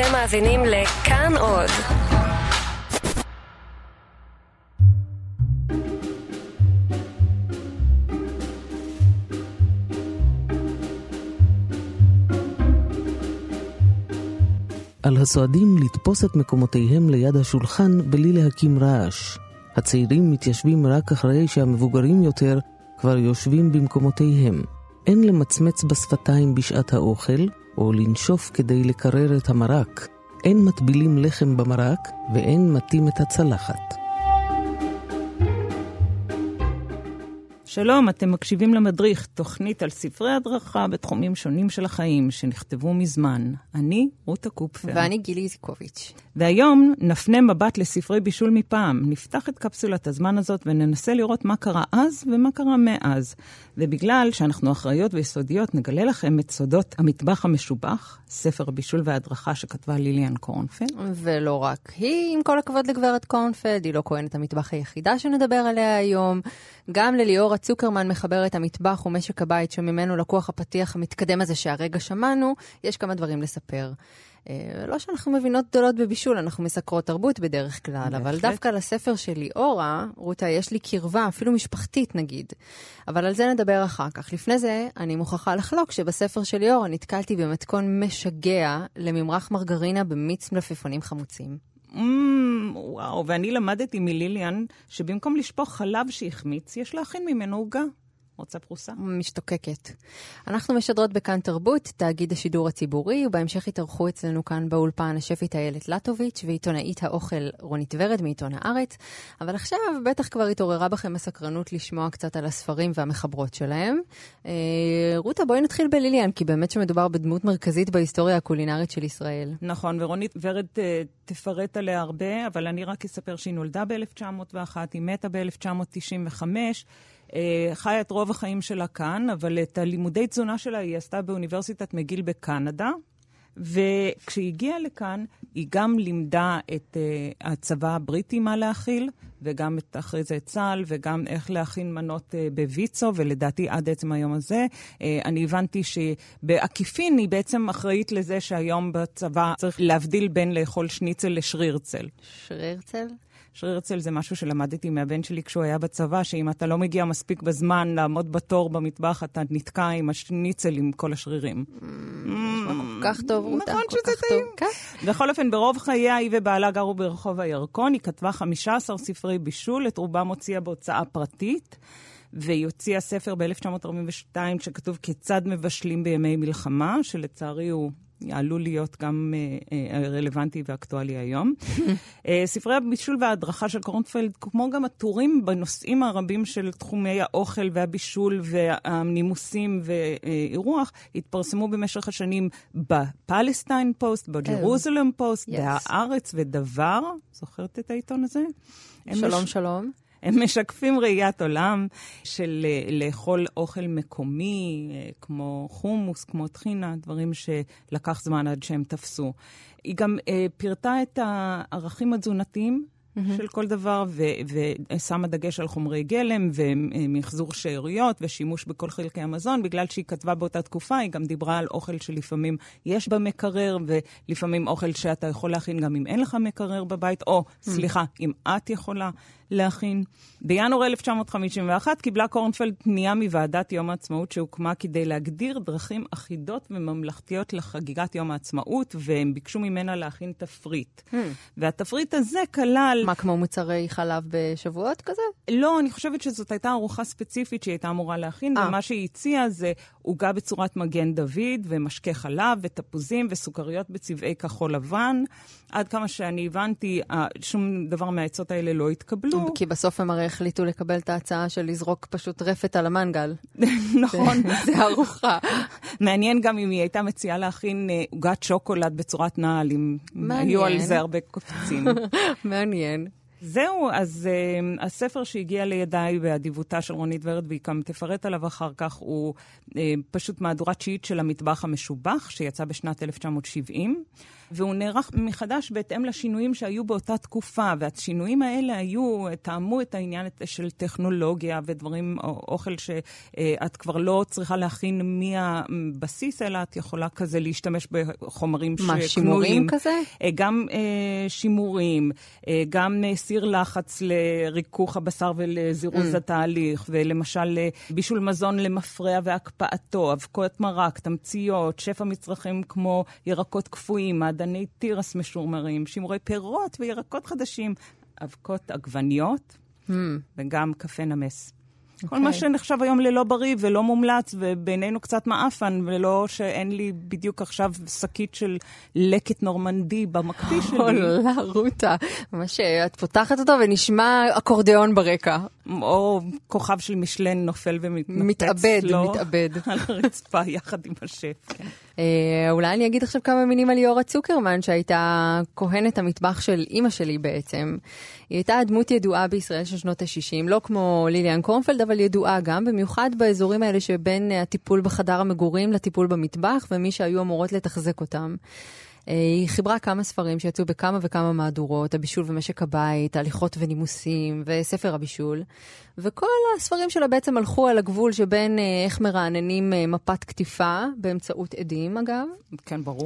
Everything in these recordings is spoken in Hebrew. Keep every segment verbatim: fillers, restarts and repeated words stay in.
אתם מאזינים לכאן עוד. על הסועדים לתפוס את מקומותיהם ליד השולחן בלי להקים רעש. הצעירים מתיישבים רק אחרי שהמבוגרים יותר כבר יושבים במקומותיהם. אין למצמץ בשפתיים בשעת האוכל, או לנשוף כדי לקרר את המרק. אין מטבילים לחם במרק, ואין מתים את הצלחת. שלום, אתם מקשיבים למדריך, תוכנית על ספרי הדרכה בתחומים שונים של החיים שנכתבו מזמן. אני רותה קופפר. ואני גילי איזיקוביץ'. והיום נפנה מבט לספרי בישול מפעם. נפתח את קפסולת הזמן הזאת וננסה לראות מה קרה אז ומה קרה מאז. ובגלל שאנחנו אחראיות ויסודיות, נגלה לכם את סודות המטבח המשובח, ספר בישול והדרכה שכתבה ליליאן קורנפלד. ולא רק היא, עם כל הכבוד לגברת קורנפלד, היא לא כהנת המטבח היחידה שנדבר עליה היום. גם לליאור צוקרמן מחבר את המטבח ומשק הבית שממנו לקוח הפתיח המתקדם הזה שהרגע שמענו, יש כמה דברים לספר. לא שאנחנו מבינות גדולות בבישול, אנחנו מסקרות תרבות בדרך כלל, אבל דווקא לספר של ליאורה, רותה, יש לי קרבה, אפילו משפחתית נגיד. אבל על זה נדבר אחר כך. לפני זה, אני מוכרחה לחלוק שבספר של ליאורה נתקלתי במתכון משגע לממרח מרגרינה במיץ מלפפונים חמוצים. Mm, וואו, ואני למדתי מליליאן שבמקום לשפוך חלב שהחמיץ, יש להכין ממנו עוגה. רוצה פרוסה? משתוקקת. אנחנו משדרות בכאן תרבות, תאגיד השידור הציבורי, ובהמשך התארחו אצלנו כאן באולפן השפית איילת לטוביץ' ועיתונאית האוכל רונית ורד מעיתון הארץ. אבל עכשיו בטח כבר התעוררה בכם הסקרנות לשמוע קצת על הספרים והמחברות שלהם. אה, רותה, בואי נתחיל בליליאן, כי באמת שמדובר בדמות מרכזית בהיסטוריה הקולינרית של ישראל. נכון, ורונית ורד אה, תפרט עליה הרבה, אבל אני רק אספר שהיא נולדה ב-אלף תשע מאות ואחת, היא מתה ב-אלף תשע מאות תשעים וחמש, חיה את רוב החיים שלה כאן, אבל את הלימודי תזונה שלה היא עשתה באוניברסיטת מגיל בקנדה, וכשהיא הגיעה לכאן, היא גם לימדה את uh, הצבא הבריטי מה להכיל, וגם את, אחרי זה את צה"ל, וגם איך להכין מנות uh, בוויצו, ולדעתי עד עצם היום הזה, uh, אני הבנתי שבעקיפין היא בעצם אחראית לזה שהיום בצבא צריך להבדיל בין לאכול שניצל לשרירצל. שרירצל? שרירצל זה משהו שלמדתי מהבן שלי כשהוא היה בצבא, שאם אתה לא מגיע מספיק בזמן לעמוד בתור במטבח, אתה נתקע עם השניצל עם כל השרירים. נשמע כל כך טוב, רותה. נכון שזה טעים. בכל אופן, ברוב חייה היא ובעלה גרו ברחוב הירקון, היא כתבה חמישה עשר ספרי בישול, את רובם הוציאה בהוצאה פרטית, והיא הוציאה ספר ב-אלף תשע מאות ארבעים ושתיים שכתוב כיצד מבשלים בימי מלחמה, שלצערי הוא עלול להיות גם uh, רלוונטי ואקטואלי היום. uh, ספרי הבישול וההדרכה של קורנפלד, כמו גם הטורים בנושאים הרבים של תחומי האוכל והבישול והנימוסים ואירוח, התפרסמו במשך השנים בפלסטיין פוסט, בג'רוזלם פוסט, בהארץ ודבר. זוכרת את העיתון הזה? שלום, שלום. הם משקפים ראיית עולם של לאכול אוכל מקומי, כמו חומוס, כמו טחינה, דברים שלקח זמן עד שהם תפסו. היא גם אה, פירטה את הערכים התזונתיים mm-hmm. של כל דבר, ושמה דגש על חומרי גלם, ומחזור שאריות, ושימוש בכל חלקי המזון. בגלל שהיא כתבה באותה תקופה, היא גם דיברה על אוכל שלפעמים יש בה מקרר, ולפעמים אוכל שאתה יכול להכין גם אם אין לך מקרר בבית, או, mm-hmm. סליחה, אם את יכולה להכין. בינואר אלף תשע מאות חמישים ואחת קיבלה קורנפלד פנייה מוועדת יום העצמאות שהוקמה כדי להגדיר דרכים אחידות וממלכתיות לחגיגת יום העצמאות, והם ביקשו ממנה להכין תפריט. Hmm. והתפריט הזה כלל... מה, כמו מוצרי חלב בשבועות כזה? לא, אני חושבת שזאת הייתה ארוחה ספציפית שהיא הייתה אמורה להכין, 아. ומה שהיא הציעה זה עוגה בצורת מגן דוד, ומשקה חלב, ותפוזים, וסוכריות בצבעי כחול לבן. עד כמה שאני הבנתי, שום דבר מהעצות האלה לא התקבלו. כי בסוף הם הרי החליטו לקבל את ההצעה של לזרוק פשוט רפת על המנגל. נכון. זה ארוחה. מעניין גם אם היא הייתה מציעה להכין עוגת שוקולד בצורת נעל, אם היו על זה הרבה קופצים. מעניין. זהו, אז uh, הספר שהגיע לידיי באדיבותה של רונית ורד, והיא גם תפרט עליו אחר כך, הוא uh, פשוט מהדורה תשיעית של המטבח המשובח, שיצא בשנת אלף תשע מאות שבעים. והוא נערך מחדש בהתאם לשינויים שהיו באותה תקופה, והשינויים האלה היו, טעמו את העניין של טכנולוגיה ודברים, אוכל שאת כבר לא צריכה להכין מהבסיס, אלא את יכולה כזה להשתמש בחומרים שקנויים. מה, שימורים כזה? גם שימורים, גם סיר לחץ לריכוך הבשר ולזירוז התהליך, ולמשל בישול מזון למפרע והקפאתו, אבקות מרק, תמציות, שפע מצרכים כמו ירקות קפואים, מעדני תירס משומרים, שימורי פירות וירקות חדשים, אבקות עגבניות, mm. וגם קפה נמס. Okay. כל מה שנחשב היום ללא בריא ולא מומלץ, ובינינו קצת מאפן, ולא שאין לי בדיוק עכשיו שקית של לקט נורמנדי במקפיא שלי. אולה, רותה. ממש, את פותחת אותו ונשמע אקורדיאון ברקע. או כוכב של משלן נופל ומתנפץ. מתאבד, לא, מתאבד. על הרצפה יחד עם השף, כן. אה, אולי אני אגיד עכשיו כמה מינים על ליאורה צוקרמן, שהייתה כהנת המטבח של אמא שלי בעצם. היא הייתה דמות ידועה בישראל של שנות ה-שישים, לא כמו ליליאן קורנפלד, אבל ידועה גם, במיוחד באזורים האלה שבין הטיפול בחדר המגורים לטיפול במטבח, ומי שהיו אמורות לתחזק אותם. היא חיברה כמה ספרים שיצאו בכמה וכמה מהדורות, הבישול ומשק הבית, הליכות ונימוסים וספר הבישול. וכל הספרים שלה בעצם הלכו על הגבול שבין איך מרעננים מפת כתיפה, באמצעות עדים אגב. כן, ברור.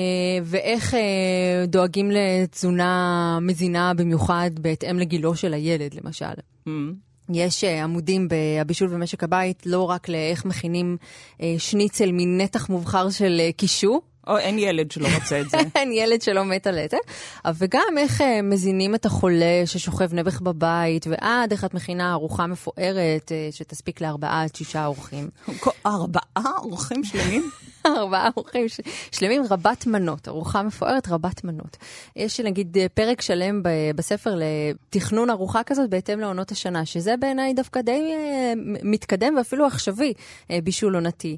ואיך דואגים לתזונה מזינה במיוחד בהתאם לגילו של הילד, למשל. Mm. יש עמודים בבישול ומשק הבית, לא רק לאיך מכינים שניצל מנתח מובחר של קישו, או אין ילד שלא רוצה את זה. אין ילד שלא מת על זה. וגם איך מזינים את החולה ששוכב נבח בבית, ועד איך את מכינה ארוחה מפוארת שתספיק לארבעה עד שישה אורחים. ארבעה אורחים שלמים? ארבעה אורחים שלמים, רבת מנות. ארוחה מפוארת, רבת מנות. יש נגיד פרק שלם בספר לתכנון ארוחה כזאת בהתאם לעונות השנה, שזה בעיניי דווקא די מתקדם ואפילו עכשווי בישול עונתי.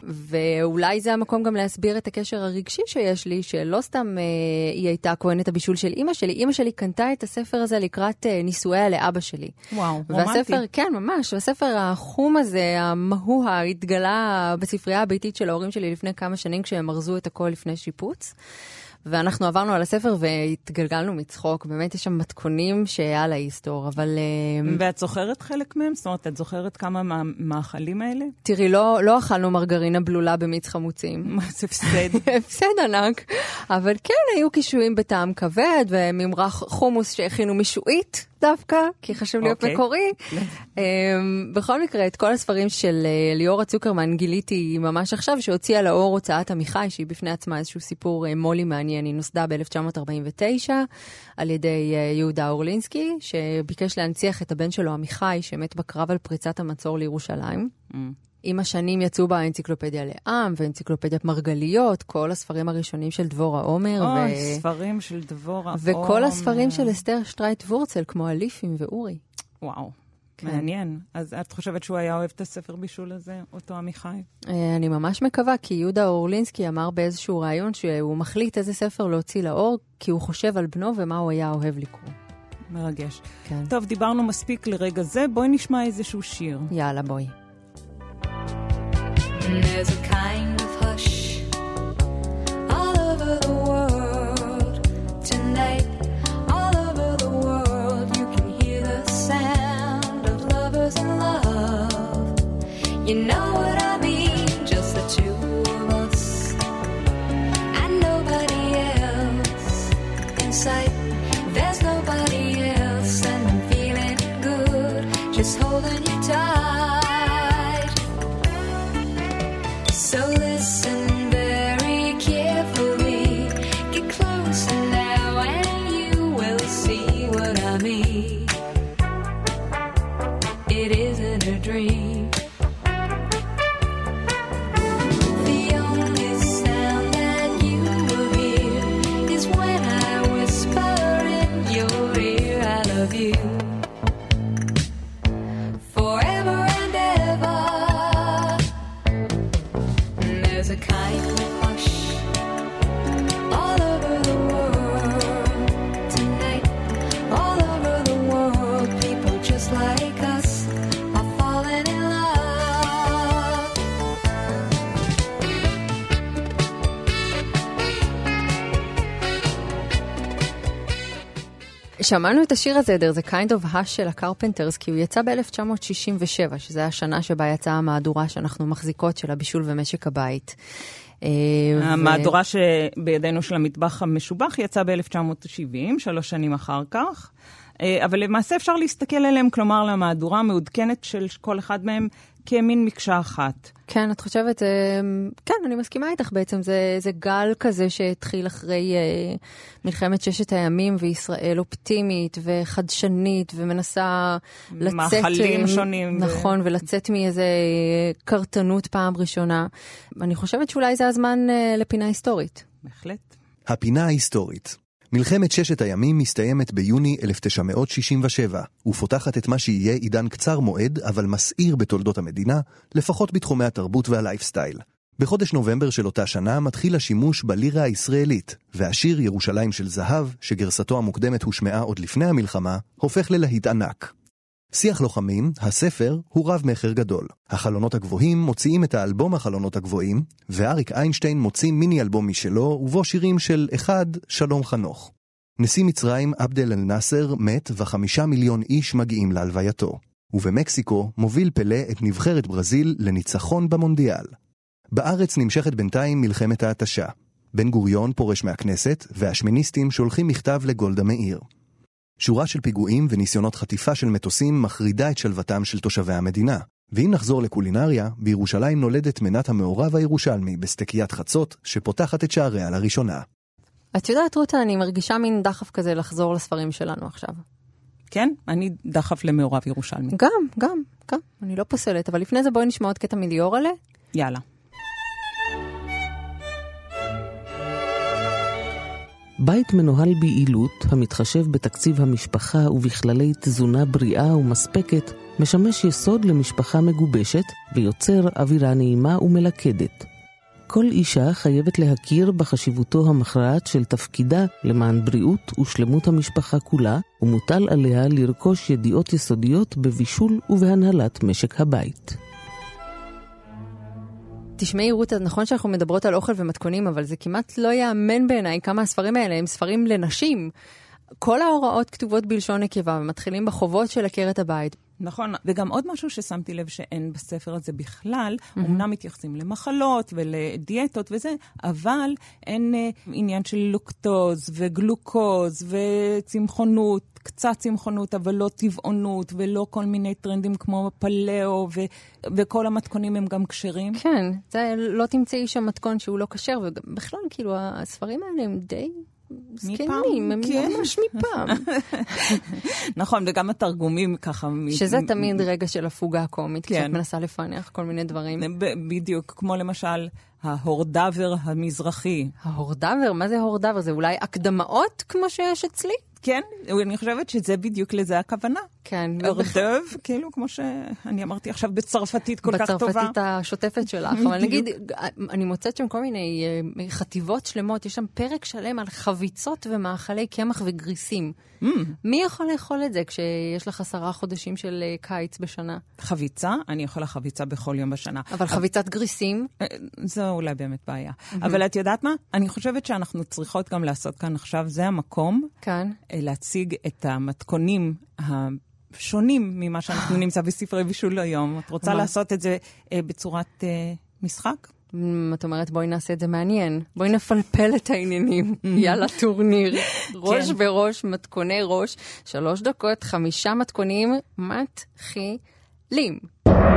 ואולי זה המקום גם להסביר את הקשר הרגשי שיש לי, שלא סתם אה, היא הייתה כהנת הבישול של אמא שלי. אמא שלי קנתה את הספר הזה לקראת אה, נישואיה לאבא שלי. וואו, והספר, רומנטי. כן, ממש. והספר החום הזה, המהוה, התגלה בספרייה הביתית של ההורים שלי לפני כמה שנים, כשהם ארזו את הכל לפני שיפוץ. ואנחנו עברנו על הספר והתגלגלנו מצחוק. באמת יש שם מתכונים שהיה לה היסטור, אבל... ואת זוכרת חלק מהם? זאת אומרת, את זוכרת כמה מהאכלים האלה? תראי, לא, לא אכלנו מרגרינה בלולה במיץ חמוצים. מה זה הפסד? הפסד ענק. אבל כן, היו קישואים בטעם כבד, וממרח חומוס שהכינו משועית דווקא, כי חשוב להיות אוקיי. מקורי. בכל מקרה, את כל הספרים של ליאורה צוקרמן גיליתי ממש עכשיו, שהוציאה לאור הוצאת עמיחי, שהיא בפני עצמה איזשהו סיפור מולי מעניין. היא נוסדה ב-אלף תשע מאות ארבעים ותשע על ידי יהודה אורלינסקי, שביקש להנציח את הבן שלו עמיחי, שמת בקרב על פריצת המצור לירושלים. Mm. עם השנים יצאו בה אנציקלופדיה לעם ואנציקלופדיית מרגליות, כל הספרים הראשונים של דבורה עומר. אוי, ו... ספרים של דבורה עומר. וכל הספרים של אסתר שטרייט וורצל, כמו אליפים ואורי. וואו, כן. מעניין. אז את חושבת שהוא היה אוהב את הספר בישול הזה, אותו עמיחי? אני ממש מקווה, כי יהודה אורלינסקי אמר באיזשהו רעיון שהוא מחליט איזה ספר להוציא לאור, כי הוא חושב על בנו ומה הוא היה אוהב לקרוא. מרגש. כן. טוב, דיברנו מספיק לרגע זה, בואי נשמע איזשהו שיר. יאללה, בואי. There's a kind of hush all over the world tonight. All over the world you can hear the sound of lovers in love. You know what I mean, just the two of us and nobody else in sight. There's nobody else and I'm feeling good, just holding you tight. So listen very carefully, get closer now and you will see what I mean. It isn't a dream. The only sound that you will hear is when I whisper in your ear, I love you. Forever and ever. There's a kind of hush all over the world tonight. All over the world, people just like us are falling in love. שמענו את השיר הזה, There's a kind of hush של הקרפנטרס, כי הוא יצא ב-אלף תשע מאות שישים ושבע, שזו השנה שבה יצאה המהדורה שאנחנו מחזיקות של הבישול ומשק הבית. המהדורה שבידינו של המטבח המשובח יצא ב-אלף תשע מאות שבעים, שלוש שנים אחר כך. אבל למעשה אפשר להסתכל עליהם, כלומר למהדורה המעודכנת של כל אחד מהם כמין מקשה אחת. כן, את חושבת, כן, אני מסכימה איתך בעצם, זה, זה גל כזה שהתחיל אחרי אה, מלחמת ששת הימים, וישראל אופטימית וחדשנית, ומנסה לצאת... מאכלים שונים. נכון, ו... ולצאת מאיזה קרטנות פעם ראשונה. אני חושבת שאולי זה הזמן אה, לפינה היסטורית. בהחלט. הפינה ההיסטורית. מלחמת ששת הימים מסתיימת ביוני אלף תשע מאות שישים ושבע, ופותחת את מה שיהיה עידן קצר מועד, אבל מסעיר בתולדות המדינה, לפחות בתחומי התרבות והלייפסטייל. בחודש נובמבר של אותה שנה מתחיל השימוש בלירה הישראלית, והשיר ירושלים של זהב, שגרסתו המוקדמת הושמעה עוד לפני המלחמה, הופך ללהיט ענק. שיח לוחמים, הספר, הוא רב מחר גדול. החלונות הגבוהים מוציאים את האלבום החלונות הגבוהים, ואריק איינשטיין מוציא מיני אלבום משלו, ובו שירים של אחד, שלום חנוך. נשיא מצרים עבדל אל נאסר מת וחמישה מיליון איש מגיעים להלווייתו. ובמקסיקו מוביל פלה את נבחרת ברזיל לניצחון במונדיאל. בארץ נמשכת בינתיים מלחמת ההתשה. בן גוריון פורש מהכנסת, והשמיניסטים שולחים מכתב לגולדה מאיר. שורה של פיגועים וניסיונות חטיפה של מטוסים מחרידה את שלוותם של תושבי המדינה. ואם נחזור לקולינריה, בירושלים נולדת מנת המעורב הירושלמי בסטקיית חצות, שפותחת את שעריה לראשונה. את יודעת, רותה, אני מרגישה מין דחף כזה לחזור לספרים שלנו עכשיו. כן? אני דחף למעורב ירושלמי. גם, גם, גם. אני לא פוסלת, אבל לפני זה בואי נשמע עוד קטע מליאור עלה. יאללה. בית מנוהל ביעילות, המתחשב בתקציב המשפחה ובכללי תזונה בריאה ומספקת, משמש יסוד למשפחה מגובשת ויוצר אווירה נעימה ומלכדת. כל אישה חייבת להכיר בחשיבותו המכרעת של תפקידה למען בריאות ושלמות המשפחה כולה, ומוטל עליה לרכוש ידיעות יסודיות בבישול ובהנהלת משק הבית. תשמעי רות, נכון שאנחנו מדברות על אוכל ומתכונים, אבל זה כמעט לא יאמן בעיניי כמה הספרים האלה הם ספרים לנשים. כל ההוראות כתובות בלשון נקבה ומתחילים בחובות של עקרת הבית. נכון, וגם עוד משהו ששמתי לב שאין בספר הזה בכלל, mm-hmm. אמנם מתייחסים למחלות ולדיאטות וזה, אבל אין אה, עניין של לוקטוז וגלוקוז וצמחונות, קצת צמחונות, אבל לא טבעונות, ולא כל מיני טרנדים כמו פלאו, ו- וכל המתכונים הם גם כשרים. כן, זה לא תמצאי שם מתכון שהוא לא כשר, ובכלל כאילו הספרים האלה הם די... זקנים, הם ממש מפעם. נכון, וגם התרגומים ככה. שזה תמיד רגע של הפוגה הקומית, כשאת מנסה לפענח כל מיני דברים. בדיוק, כמו למשל ההורדבר המזרחי. ההורדבר? מה זה הורדבר? זה אולי הקדמאות כמו שיש אצלי? כן, אני חושבת שזה בדיוק לזה הכוונה. כן. אורדב, כאילו כמו שאני אמרתי עכשיו בצרפתית כל כך טובה. בצרפתית השוטפת שלך. אבל נגיד, אני מוצאת שם כל מיני חטיבות שלמות, יש שם פרק שלם על חביצות ומאכלי קמח וגריסים. מי יכול לאכול את זה כשיש לך עשרה חודשים של קיץ בשנה? חביצה? אני יכולה חביצה בכל יום בשנה. אבל חביצת גריסים? זו אולי באמת בעיה. אבל את יודעת מה? אני חושבת שאנחנו צריכות גם לעשות כאן עכשיו, זה המקום. כאן. להציג את המתכונים השונים ממה שאנחנו נמצא בספרי בישול היום. את רוצה לעשות את זה בצורת משחק? את אומרת, בואי נעשה את זה מעניין. בואי נפלפל את העניינים. יאללה, טורניר. ראש בראש, מתכוני ראש. שלוש דקות, חמישה מתכונים מתחילים.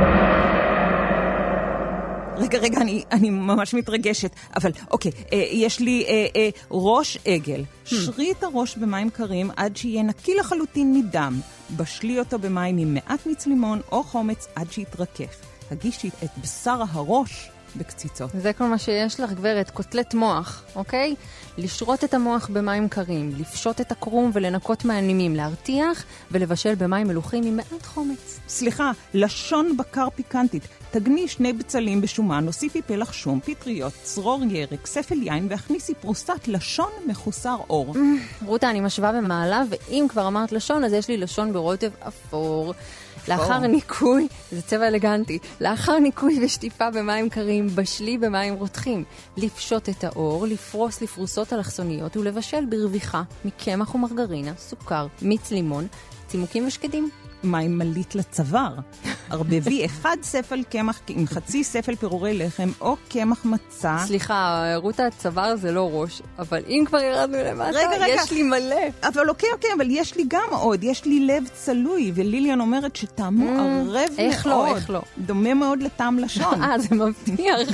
רגע, רגע, אני, אני ממש מתרגשת. אבל, אוקיי, אה, יש לי אה, אה, ראש עגל. שרי את הראש במים קרים עד שיהיה נקי לחלוטין מדם. בשלי אותו במים עם מעט מיץ לימון או חומץ עד שיתרכך. הגישי את בשר הראש בקציצות. זה כל מה שיש לך, גברת, קוטלט מוח, אוקיי? לשרות את המוח במים קרים, לפשוט את הקרום ולנקות מהנימים, להרתיח ולבשל במים מלוחים עם מעט חומץ. סליחה, לשון בקר פיקנטית. תגני שני בצלים בשומן, נוסיפי פלח שום, פטריות, צרור ירק, ספל יין, והכניסי פרוסת לשון מחוסר אור. רותה, אני משווה במעלה, ואם כבר אמרת לשון, אז יש לי לשון ברוטב אפור. לאחר ניקוי, זה צבע אלגנטי, לאחר ניקוי ושטיפה במים קרים, בשלי במים רותחים. לפשוט את האור, לפרוס לפרוסות אלכסוניות ולבשל ברוויחה מקמח ומרגרינה, סוכר, מיץ לימון, צימוקים ושקדים. מים מליט לצוואר. ערבבי אחד ספל קמח עם חצי ספל פירורי לחם או קמח מצה. סליחה, רותה, הצוואר זה לא ראש, אבל אם כבר ירדנו למטה, רגע, רגע. יש לי מלא. אבל אוקיי, אוקיי, אבל יש לי גם עוד, יש לי לב צלוי, וליליאן אומרת שטעמו Mm, ערב איך מאוד. לא, איך לא. דומה מאוד לטעם לשון. אה, זה מבטיח.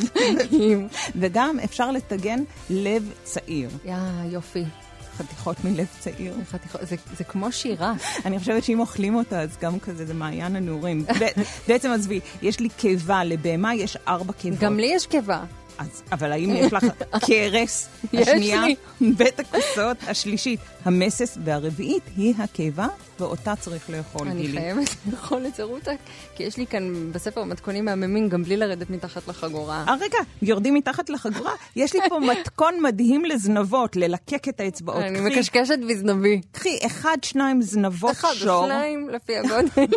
וגם אפשר לטגן לב צעיר. יא, יופי. חתיכות מלב צעיר. חתיכות, זה, זה כמו שירה. אני חושבת שאם אוכלים אותה, אז גם כזה, זה מעיין הנעורים. בעצם עזבי, יש לי קיבה לבהמה, יש ארבע קיבות. גם לי יש קיבה. אז, אבל האם יש לך קרס? יש השנייה, לי. בית הכוסות, השלישית, המסס, והרביעית היא הקיבה, ואותה צריך לאכול. אני גילי. חייבת לאכול את זה, רותה, כי יש לי כאן בספר מתכונים מהממים, גם בלי לרדת מתחת לחגורה. אה, רגע, יורדים מתחת לחגורה? יש לי פה מתכון מדהים לזנבות, ללקק את האצבעות. אני קחי- מקשקשת בזנבי. קחי אחד, שניים זנבות אחד שור, או שניים לפי הגודל.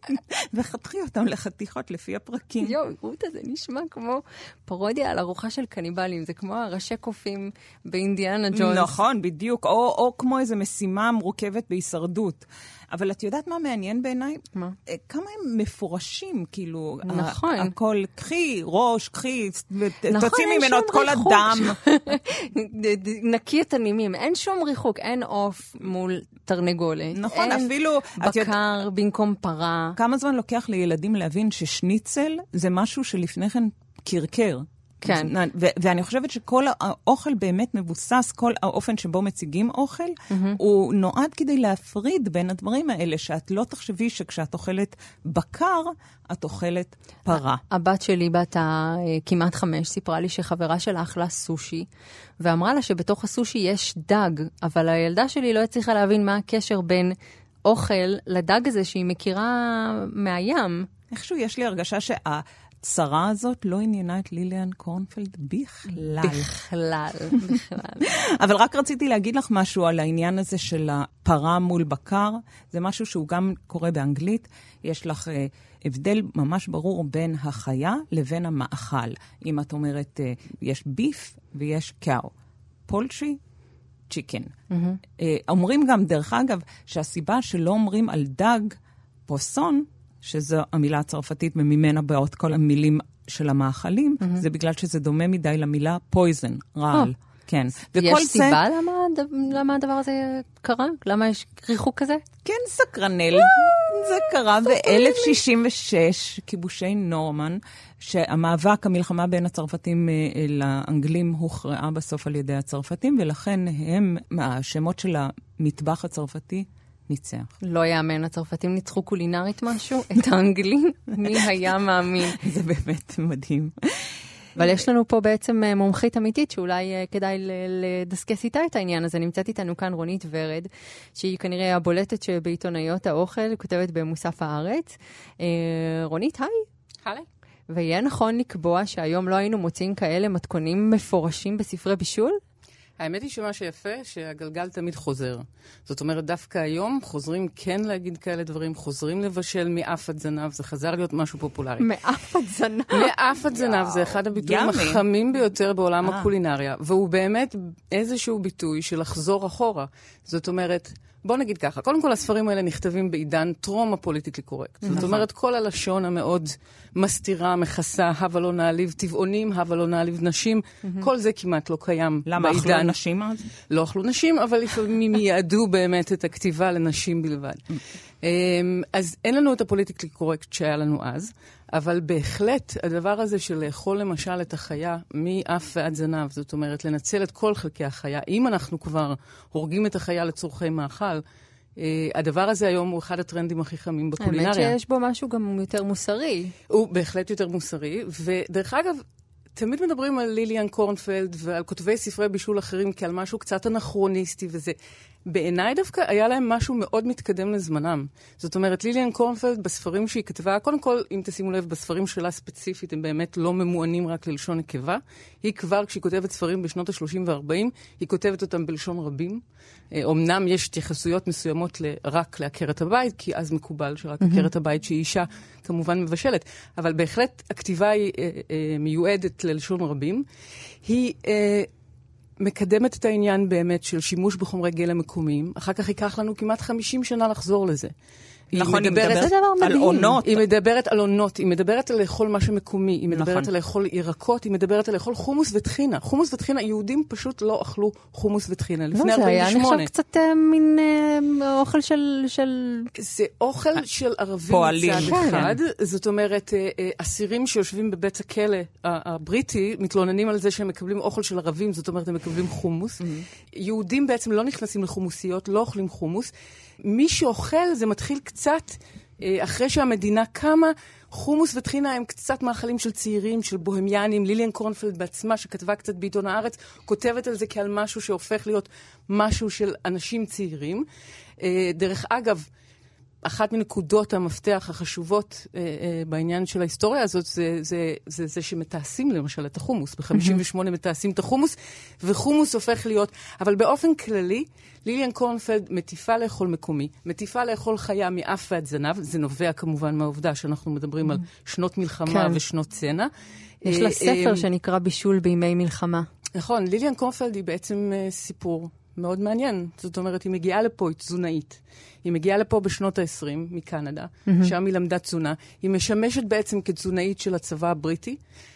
וחתכי אותם לחתיכות לפי הפרקים. יואו, רותה, זה נשמע כמו פרודיה על ארוחה של קניבלים, זה כמו הראשי קופים באינדיאנה ג'ונס. נכון, בדיוק. או, או כמו איזו משימה מורכבת בהישרדות. אבל את יודעת מה מעניין בעיניי? מה? אה, כמה הם מפורשים, כאילו. נכון. ה- הכל, קחי ראש, קחי, נכון, תוציא אין ממנו שום את כל ריחוק. הדם. ד- ד- נקי את הנימים, אין שום ריחוק, אין עוף מול תרנגולת. נכון, אין אפילו... את יודעת- בקר במקום פרה. כמה זמן לוקח לילדים להבין ששניצל זה משהו שלפני כן קרקר? כן. ו- ואני חושבת שכל האוכל באמת מבוסס, כל האופן שבו מציגים אוכל, הוא נועד כדי להפריד בין הדברים האלה, שאת לא תחשבי שכשאת אוכלת בקר, את אוכלת פרה. הבת שלי, בת ה- כמעט חמש, סיפרה לי שחברה שלה אכלה סושי, ואמרה לה שבתוך הסושי יש דג, אבל הילדה שלי לא הצליחה להבין מה הקשר בין אוכל לדג הזה שהיא מכירה מהים. איכשהו יש לי הרגשה שהצרה הזאת לא עניינה את ליליאן קורנפלד בכלל. בכלל, בכלל. אבל רק רציתי להגיד לך משהו על העניין הזה של הפרה מול בקר. זה משהו שהוא גם קורה באנגלית. יש לך אה, הבדל ממש ברור בין החיה לבין המאכל. אם את אומרת, אה, יש ביף ויש קאו. פולטרי, צ'יקן. Mm-hmm. אה, אומרים גם, דרך אגב, שהסיבה שלא אומרים על דג פוסון, שזו המילה הצרפתית וממנה באות כל המילים של המאכלים, mm-hmm. זה בגלל שזה דומה מדי למילה פויזן, רעל. Oh. כן. יש סיבה זה... למה, למה הדבר הזה קרה? למה יש ריחוק כזה? כן, סקרנל. זה קרה ב-אלף שישים ושש, כיבושי נורמן, שהמאבק, המלחמה בין הצרפתים לאנגלים הוכרעה בסוף על ידי הצרפתים, ולכן הם, השמות של המטבח הצרפתי, ניצח. לא יאמן, הצרפתים ניצחו קולינרית משהו? את האנגלים? מי היה מאמין? זה באמת מדהים. אבל יש לנו פה בעצם מומחית אמיתית, שאולי כדאי לדסקס איתה את העניין הזה. נמצאת איתנו כאן רונית ורד, שהיא כנראה הבולטת שבעיתונאיות האוכל, כותבת במוסף הארץ. רונית, היי. היי. ויהיה נכון לקבוע שהיום לא היינו מוצאים כאלה מתכונים מפורשים בספרי בישול? האמת היא שמה שיפה, שהגלגל תמיד חוזר. זאת אומרת, דווקא היום חוזרים כן להגיד כאלה דברים, חוזרים לבשל מאף עד זנב, זה חזר להיות משהו פופולרי. מאף עד זנב? מאף עד זנב, זה אחד הביטויים החמים ביותר בעולם הקולינריה, והוא באמת איזשהו ביטוי של לחזור אחורה. זאת אומרת, בוא נגיד ככה, קודם כל הספרים האלה נכתבים בעידן טרום הפוליטיקלי קורקט. זאת אומרת, כל הלשון המאוד מסתירה, מכסה, הווה לא נעליב טבעונים, הווה לא נעליב נשים, כל זה כמעט לא קיים בעידן. למה אכלו נשים אז? לא אכלו נשים, אבל לפעמים יעדו באמת את הכתיבה לנשים בלבד. אז אין לנו את הפוליטיקלי קורקט שהיה לנו אז, אבל בהחלט הדבר הזה של לאכול למשל את החיה מאף ועד זנב, זאת אומרת לנצל את כל חלקי החיה, אם אנחנו כבר הורגים את החיה לצורכי מאכל, הדבר הזה היום הוא אחד הטרנדים הכי חמים בקולינריה. האמת שיש בו משהו גם יותר מוסרי. הוא בהחלט יותר מוסרי, ודרך אגב, תמיד מדברים על ליליאן קורנפלד ועל כותבי ספרי בישול אחרים כעל משהו קצת אנכרוניסטי וזה. בעיניי דווקא היה להם משהו מאוד מתקדם לזמנם. זאת אומרת, ליליאן קורנפלד בספרים שהיא כתבה, קודם כל, אם תשימו לב, בספרים שלה ספציפית, הם באמת לא ממוענים רק ללשון נקבה. היא כבר, כשהיא כותבת ספרים בשנות ה-שלושים ו-ארבעים, היא כותבת אותם בלשון רבים. אמנם יש התייחסויות מסוימות רק לעקרת הבית, כי אז מקובל שרק עקרת הבית שהיא אישה כמובן מבשלת. אבל בהחלט הכתיבה היא אה, אה, מיועדת ללשון רבים. היא אה, מקדמת את העניין באמת של שימוש בחומרי גלם מקומיים. אחר כך ייקח לנו כמעט חמישים שנה לחזור לזה. נכון, היא מדברת, מדברת על עונות. היא מדברת על עונות, היא מדברת על לאכול משהו מקומי, היא מדברת נכון. על לאכול ירקות, היא מדברת על לאכול חומוס וטחינה. חומוס וטחינה, יהודים פשוט לא אכלו חומוס וטחינה. לפני ארבעים ושמונה. זה היה נחשב קצת אה, מין אה, אוכל של, של... זה אוכל של ערבים פועלים. מצד אחד. זאת אומרת, אה, אה, אסירים שיושבים בבית הכלא הבריטי, מתלוננים על זה שהם מקבלים אוכל של ערבים, זאת אומרת, הם מקבלים חומוס. יהודים בעצם לא נכנסים לחומוסיות, לא אוכלים חומוס. מי שאוכל זה מתחיל קצת, אחרי שהמדינה קמה, חומוס וטחינה הם קצת מאכלים של צעירים, של בוהמיאנים. ליליאן קורנפלד בעצמה, שכתבה קצת בעיתון הארץ, כותבת על זה כעל משהו שהופך להיות משהו של אנשים צעירים. דרך אגב, אחת מנקודות המפתח החשובות אה, אה, בעניין של ההיסטוריה הזאת זה, זה, זה, זה שמתעשים למשל את החומוס. ב-חמישים ושמונה מתעשים את החומוס, וחומוס הופך להיות, אבל באופן כללי, ליליאן קורנפלד מטיפה לאכול מקומי, מטיפה לאכול חיה מאף ועד זנב, זה נובע כמובן מהעובדה שאנחנו מדברים על שנות מלחמה כן. ושנות צנע. יש לה ספר שנקרא בישול בימי מלחמה. נכון, ליליאן קורנפלד היא בעצם אה, סיפור מאוד מעניין. זאת אומרת, היא מגיעה לפה, היא תזונאית. היא מגיעה לפה בשנות ה-עשרים מקנדה, mm-hmm. שם היא למדה תזונה. היא משמשת בעצם כתזונאית של הצבא הבריטי,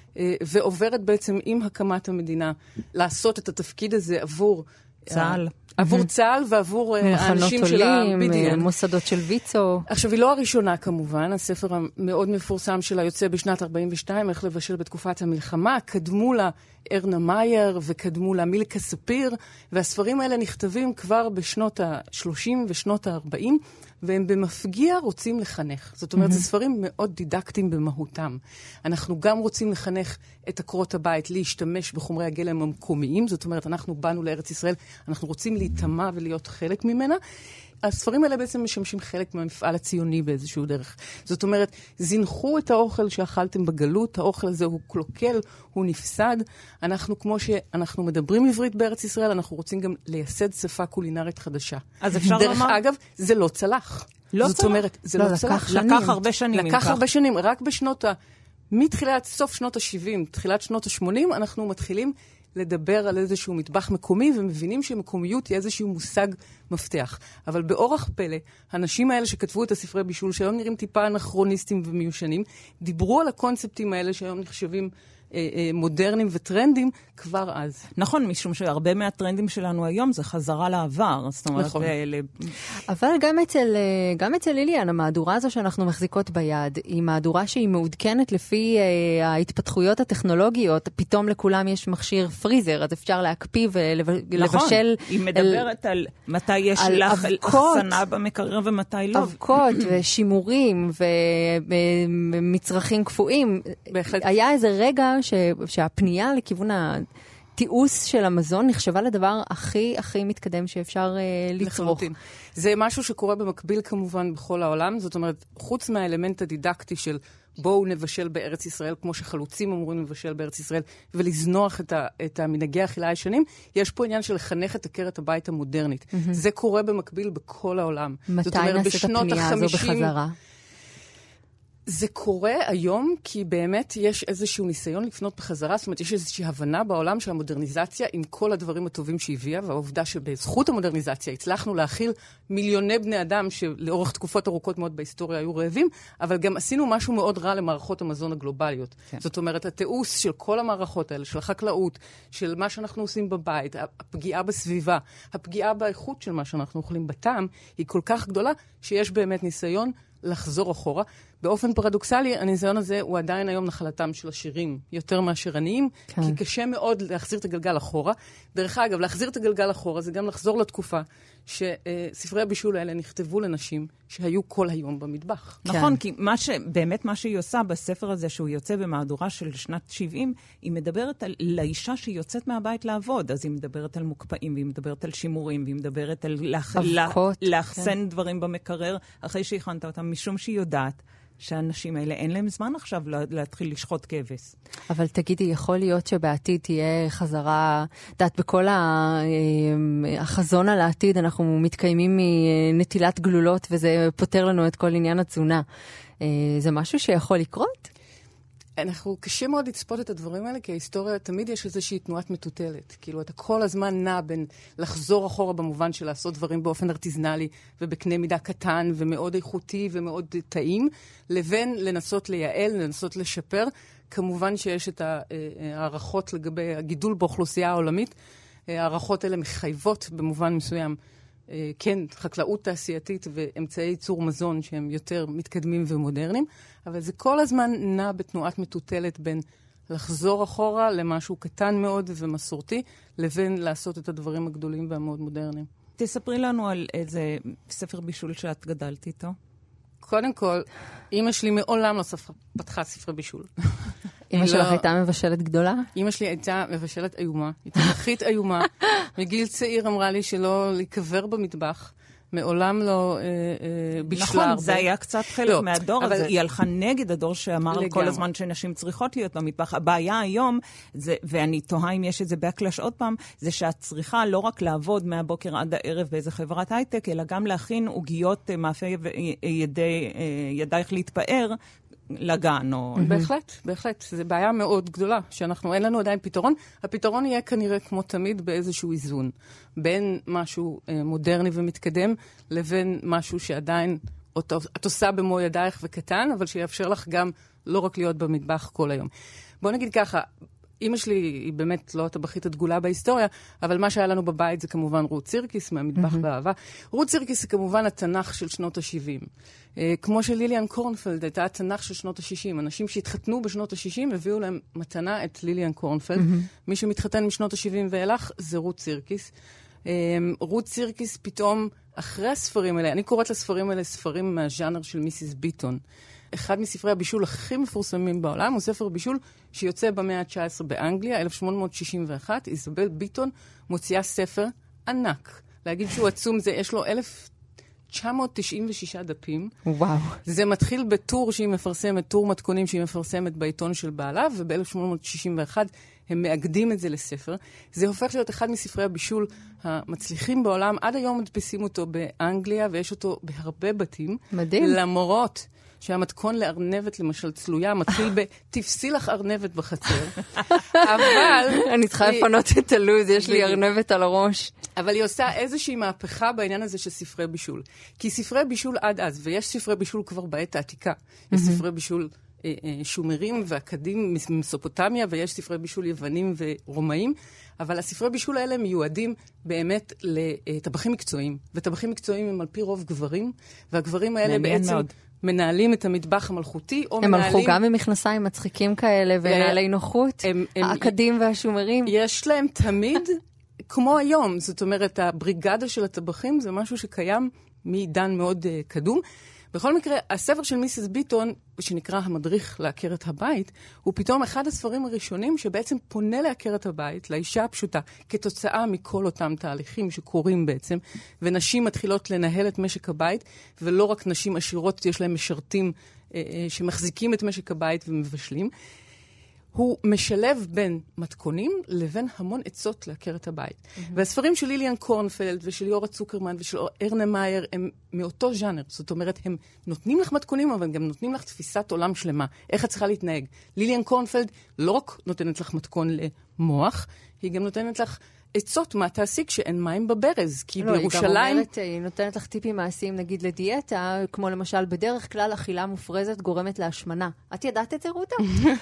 ועוברת בעצם עם הקמת המדינה לעשות את התפקיד הזה עבור צה"ל. עבור mm-hmm. צה"ל ועבור האנשים שלה. מחנות עולים, מוסדות של ויצו. עכשיו, היא לא הראשונה כמובן, הספר המאוד מפורסם שלה יוצא בשנת ארבעים ושתיים, איך לבשל בתקופת המלחמה, קדמו לה ארנה מאייר וקדמו לה מילכה ספיר, והספרים האלה נכתבים כבר בשנות ה-שלושים ושנות ה-ארבעים, והם במפגיע רוצים לחנך. זאת אומרת, mm-hmm. זה ספרים מאוד דידקטיים במהותם. אנחנו גם רוצים לחנך את עקרות הבית להשתמש בחומרי הגלם המקומיים, זאת אומרת, אנחנו באנו לארץ ישראל, אנחנו רוצים להיטמע ולהיות חלק ממנה. הספרים האלה בעצם משמשים חלק מהמפעל הציוני באיזשהו דרך. זאת אומרת, זינחו את האוכל שאכלתם בגלות, האוכל הזה הוא קלוקל, הוא נפסד. אנחנו, כמו שאנחנו מדברים עברית בארץ ישראל, אנחנו רוצים גם לייסד שפה קולינרית חדשה. אז אפשר דרך לומר... אגב, זה לא צלח. לא זאת צלח. אומרת, זה לא, לא, לקח צלח. שנים. לקח הרבה שנים. לקח הרבה שנים. רק בשנות ה... מתחילת, סוף שנות ה-שבעים, תחילת שנות ה-שמונים, אנחנו מתחילים לדבר על איזשהו מטבח מקומי, ומבינים שמקומיות היא איזשהו מושג מפתח. אבל באורח פלא, האנשים האלה שכתבו את הספרי בישול, שהיום נראים טיפה אנכרוניסטים ומיושנים, דיברו על הקונספטים האלה שהיום נחשבים אה, אה, מודרניים וטרנדים כבר אז. נכון, משום שהרבה מהטרנדים שלנו היום זה חזרה לעבר. זאת אומרת, נכון. ל... אבל גם אצל, גם אצל ליליאן, המהדורה הזו שאנחנו מחזיקות ביד, היא מהדורה שהיא מעודכנת לפי אה, ההתפתחויות הטכנולוגיות. פתאום לכולם יש מכשיר פריזר, אז אפשר להקפיא ולבשל. נכון, היא מדברת על, על מתי יש לך אחסנה במקרר ומתי לא. אבקות ושימורים ומצרכים קפואים. בהחלט. היה איזה רגע ש, שהפנייה לכיוון ה... תיעוש של המזון נחשבה לדבר הכי הכי מתקדם שאפשר uh, לצרוך. לחלוטין. זה משהו שקורה במקביל כמובן בכל העולם. זאת אומרת, חוץ מהאלמנט הדידקטי של בואו נבשל בארץ ישראל, כמו שחלוצים אמורים לבשל בארץ ישראל, ולזנוח את, ה, את המנהגי האכילה הישנים, יש פה עניין של לחנך את עקרת הבית המודרנית. Mm-hmm. זה קורה במקביל בכל העולם. מתי נעשית הפנייה הזו בחזרה? זה קורה היום כי באמת יש איזשהו ניסיון לפנות בחזרה, זאת אומרת יש איזושהי הבנה בעולם שהמודרניזציה עם כל הדברים הטובים שהביאה, והעובדה שבזכות המודרניזציה הצלחנו להכיל מיליוני בני אדם שלאורך תקופות ארוכות מאוד בהיסטוריה היו רעבים, אבל גם עשינו משהו מאוד רע למערכות המזון הגלובליות. כן. זאת אומרת, התיעוש של כל המערכות האלה, של החקלאות, של מה שאנחנו עושים בבית, הפגיעה בסביבה, הפגיעה באיכות של מה שאנחנו אוכלים בטעם, היא כל כך גדולה שיש באמת ניסיון לחזור אחורה. באופן פרדוקסלי, הניסיון הזה הוא עדיין היום נחלתם של השירים יותר מאשר עניים, כן. כי קשה מאוד להחזיר את הגלגל אחורה. דרך אגב, להחזיר את הגלגל אחורה זה גם לחזור לתקופה שספרי הבישול האלה נכתבו לנשים שהיו כל היום במטבח. כן. נכון, כי מה ש... באמת מה שהיא עושה בספר הזה, שהוא יוצא במהדורה של שנת שבעים, היא מדברת על לאישה שהיא יוצאת מהבית לעבוד. אז היא מדברת על מוקפאים, והיא מדברת על שימורים, והיא מדברת על לאח... אבקות, לאחסן כן. דברים במקרר, אחרי שהכנת אותם, משום שהיא יודעת שהאנשים האלה אין להם זמן עכשיו להתחיל לשחוט כבש. אבל תגידי, יכול להיות שבעתיד תהיה חזרה, דעת בכל החזון על העתיד, אנחנו מתקיימים מנטילת גלולות, וזה פותר לנו את כל עניין התזונה. זה משהו שיכול לקרות? אנחנו קשה מאוד לצפות את הדברים האלה, כי ההיסטוריה תמיד יש איזושהי תנועת מטוטלת. כאילו, אתה כל הזמן נע בין לחזור אחורה במובן של לעשות דברים באופן ארטיזנלי, ובקנה מידה קטן ומאוד איכותי ומאוד טעים, לבין לנסות לייעל, לנסות לשפר. כמובן שיש את הערכות לגבי הגידול באוכלוסייה העולמית. הערכות האלה מחייבות במובן מסוים, כן, חקלאות תעשייתית ואמצעי ייצור מזון שהם יותר מתקדמים ומודרניים, אבל זה כל הזמן נע בתנועת מטוטלת בין לחזור אחורה למשהו קטן מאוד ומסורתי, לבין לעשות את הדברים הגדולים והמאוד מודרניים. תספרי לנו על איזה ספר בישול שאת גדלת איתו. קודם כל, אמא שלי מעולם לא ספר, פתחה ספרי בישול. אמא שלך הייתה מבשלת גדולה? אמא שלי הייתה מבשלת איומה, הייתה הכית איומה. מגיל צעיר אמרה לי שלא להיקבר במטבח. מעולם לא אה, אה, בשלה נכון, הרבה. זה היה קצת חלק לא, מהדור אבל... הזה. היא הלכה נגד הדור שאמר לגמרי. כל הזמן שנשים צריכות להיות במטבח. הבעיה היום, זה, ואני תוהה אם יש את זה באקלש עוד פעם, זה שאת צריכה לא רק לעבוד מהבוקר עד הערב באיזה חברת הייטק, אלא גם להכין עוגיות מאפי ידי, ידייך להתפאר, לגן או... בהחלט, בהחלט. זו בעיה מאוד גדולה, שאנחנו, אין לנו עדיין פתרון. הפתרון יהיה כנראה כמו תמיד באיזשהו איזון, בין משהו אה, מודרני ומתקדם, לבין משהו שעדיין אותו, את עושה במו ידייך וקטן, אבל שיאפשר לך גם לא רק להיות במטבח כל היום. בוא נגיד ככה, אמא שלי היא באמת לא הטבחית הדגולה בהיסטוריה, אבל מה שהיה לנו בבית זה כמובן רות סירקיס, מהמטבח mm-hmm. באהבה. רות סירקיס זה כמובן התנ"ך של שנות ה-שבעים. Uh, כמו שליליאן קורנפלד הייתה התנ"ך של שנות ה-שישים. אנשים שהתחתנו בשנות ה-שישים הביאו להם מתנה את ליליאן קורנפלד. Mm-hmm. מי שמתחתן משנות ה-שבעים ואילך זה רות סירקיס. Um, רות סירקיס פתאום, אחרי הספרים האלה, אני קוראת לספרים האלה ספרים מהז'אנר של מיסיס ביטון. אחד מספרי הבישול הכי מפורסמים בעולם הוא ספר בישול שיוצא במאה ה-תשע עשרה באנגליה, אלף שמונה מאות שישים ואחת. איזבל ביטון מוציאה ספר ענק. להגיד שהוא עצום, זה, יש לו אלף תשע מאות תשעים ושישה דפים. וואו. זה מתחיל בטור שהיא מפרסמת, טור מתכונים שהיא מפרסמת בעיתון של בעלה, וב-אלף שמונה מאות שישים ואחת הם מאגדים את זה לספר. זה הופך להיות אחד מספרי הבישול המצליחים בעולם. עד היום מדפיסים אותו באנגליה, ויש אותו בהרבה בתים. מדהים. למרות שהמתכון לארנבת, למשל, צלויה, מתחיל בתפסי לך ארנבת בחצר. אבל... אני צריכה לפנות את הלוז, יש לי ארנבת על הראש. אבל היא עושה איזושהי מהפכה בעניין הזה של ספרי בישול. כי ספרי בישול עד אז, ויש ספרי בישול כבר בעת העתיקה, יש ספרי בישול שומרים ואקדים ממסופוטמיה, ויש ספרי בישול יוונים ורומאים, אבל הספרי בישול האלה מיועדים באמת לטבחים מקצועיים. וטבחים מקצועיים הם על פי רוב גברים, והגברים האלה בעצם... מאוד. מנהלים את המטבח המלכותי, או הם מנהלים... הלכו גם עם מכנסיים מצחיקים כאלה, ונעלי נוחות, הם, הם... האקדים והשומרים. יש להם תמיד, כמו היום, זאת אומרת, הבריגדה של הטבחים זה משהו שקיים מעידן מאוד uh, קדום. בכל מקרה, הספר של מיסיס ביטון, שנקרא המדריך לעקרת הבית, הוא פתאום אחד הספרים הראשונים שבעצם פונה לעקרת הבית, לאישה הפשוטה, כתוצאה מכל אותם תהליכים שקורים בעצם, ונשים מתחילות לנהל את משק הבית, ולא רק נשים עשירות, יש להם משרתים אה, אה, שמחזיקים את משק הבית ומבשלים. הוא משלב בין מתכונים לבין המון עצות לעקרת הבית. Mm-hmm. והספרים של ליליאן קורנפלד ושל יורה צוקרמן ושל ארנה מאייר הם מאותו ז'אנר. זאת אומרת, הם נותנים לך מתכונים, אבל גם נותנים לך תפיסת עולם שלמה. איך את צריכה להתנהג? ליליאן קורנפלד לא רק נותנת לך מתכון למוח, היא גם נותנת לך עצות מה תעשי כשאין מים בברז, כי לא, בירושלים... היא גם אומרת, היא נותנת לך טיפים מעשיים, נגיד לדיאטה, כמו למשל, בדרך כלל אכילה מופרזת גורמת להשמנה. את ידעת את זה, רותה?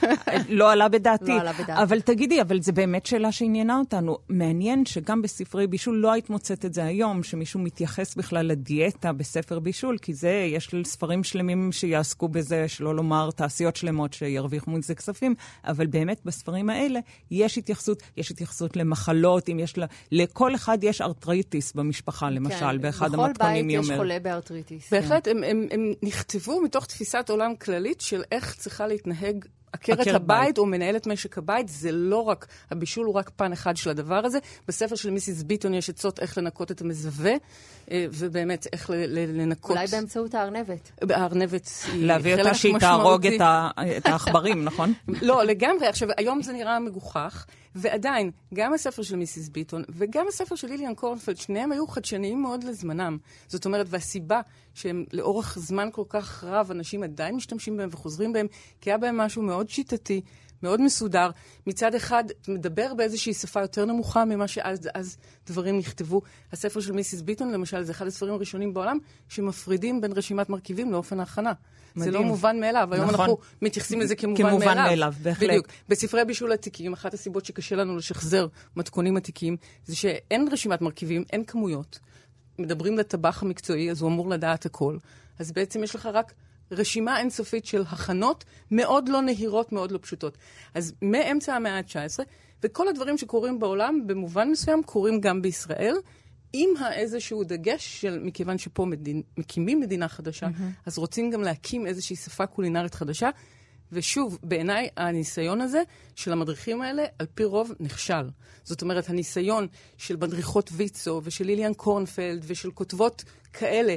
לא עלה בדעתי. לא עלה בדעתי. אבל תגידי, אבל זה באמת שאלה שעניינה אותנו. מעניין שגם בספרי בישול לא היית מוצאת את זה היום, שמישהו מתייחס בכלל לדיאטה בספר בישול, כי זה, יש ספרים שלמים שיעסקו בזה, שלא לומר תעשיות שלמות שירוויחו מזה כספים, אבל באמת בספרים האלה יש התייחסות, יש התייחסות למחלות, אם יש לה, לכל אחד יש ארטריטיס במשפחה, למשל, כן, באחד בכל המתכונים בית היא יש אומרת. חולה בארטריטיס. בהחלט, הם, הם, הם נכתבו מתוך תפיסת עולם כללית של איך צריכה להתנהג עקרת עקרת הבית בית. או מנהלת משק הבית. זה לא רק, הבישול הוא רק פן אחד של הדבר הזה. בספר של מיסיס ביטון יש עצות איך לנקות את המזווה, אה, ובאמת איך ל- ל- לנקות... אולי באמצעות הארנבת. הארנבת היא להביא חלק אותה שהיא תהרוג משמעותי. את ה- את העכברים, נכון? לא, לגמרי. עכשיו, היום זה נראה מגוחך, ועדיין, גם הספר של מיסיס ביטון וגם הספר של ליליאן קורנפלד, שניהם היו חדשניים מאוד לזמנם. זאת אומרת, והסיבה שהם לאורך זמן כל כך רב, אנשים עדיין משתמשים בהם וחוזרים בהם, כי היה בהם משהו מאוד שיטתי, מאוד מסודר. מצד אחד, מדבר באיזושהי שפה יותר נמוכה ממה שאז אז דברים נכתבו. הספר של מיסיס ביטון, למשל, זה אחד הספרים הראשונים בעולם שמפרידים בין רשימת מרכיבים לאופן ההכנה. מדהים. זה לא מובן מאליו. היום נכון. אנחנו מתייחסים לזה כמובן, כמובן מאליו. מאליו, בהחלט. בדיוק. בספרי בישול עתיקים, אחת הסיבות שקשה לנו לשחזר מתכונים עתיקים, זה שאין רשימת מרכיבים, אין כמויות. מדברים לטבח המקצועי, אז הוא אמור לדעת הכל. אז בעצם יש לך רק רשימה אינסופית של הכנות מאוד לא נהירות, מאוד לא פשוטות. אז מאמצע המאה ה-תשע עשרה, וכל הדברים שקורים בעולם, במובן מסוים, קורים גם בישראל, עם איזשהו דגש של, מכיוון שפה מדין, מקימים מדינה חדשה, mm-hmm. אז רוצים גם להקים איזושהי שפה קולינרית חדשה, ושוב, בעיניי הניסיון הזה של המדריכים האלה, על פי רוב, נכשל. זאת אומרת, הניסיון של מדריכות ויצו ושל ליליאן קורנפלד ושל כותבות כאלה,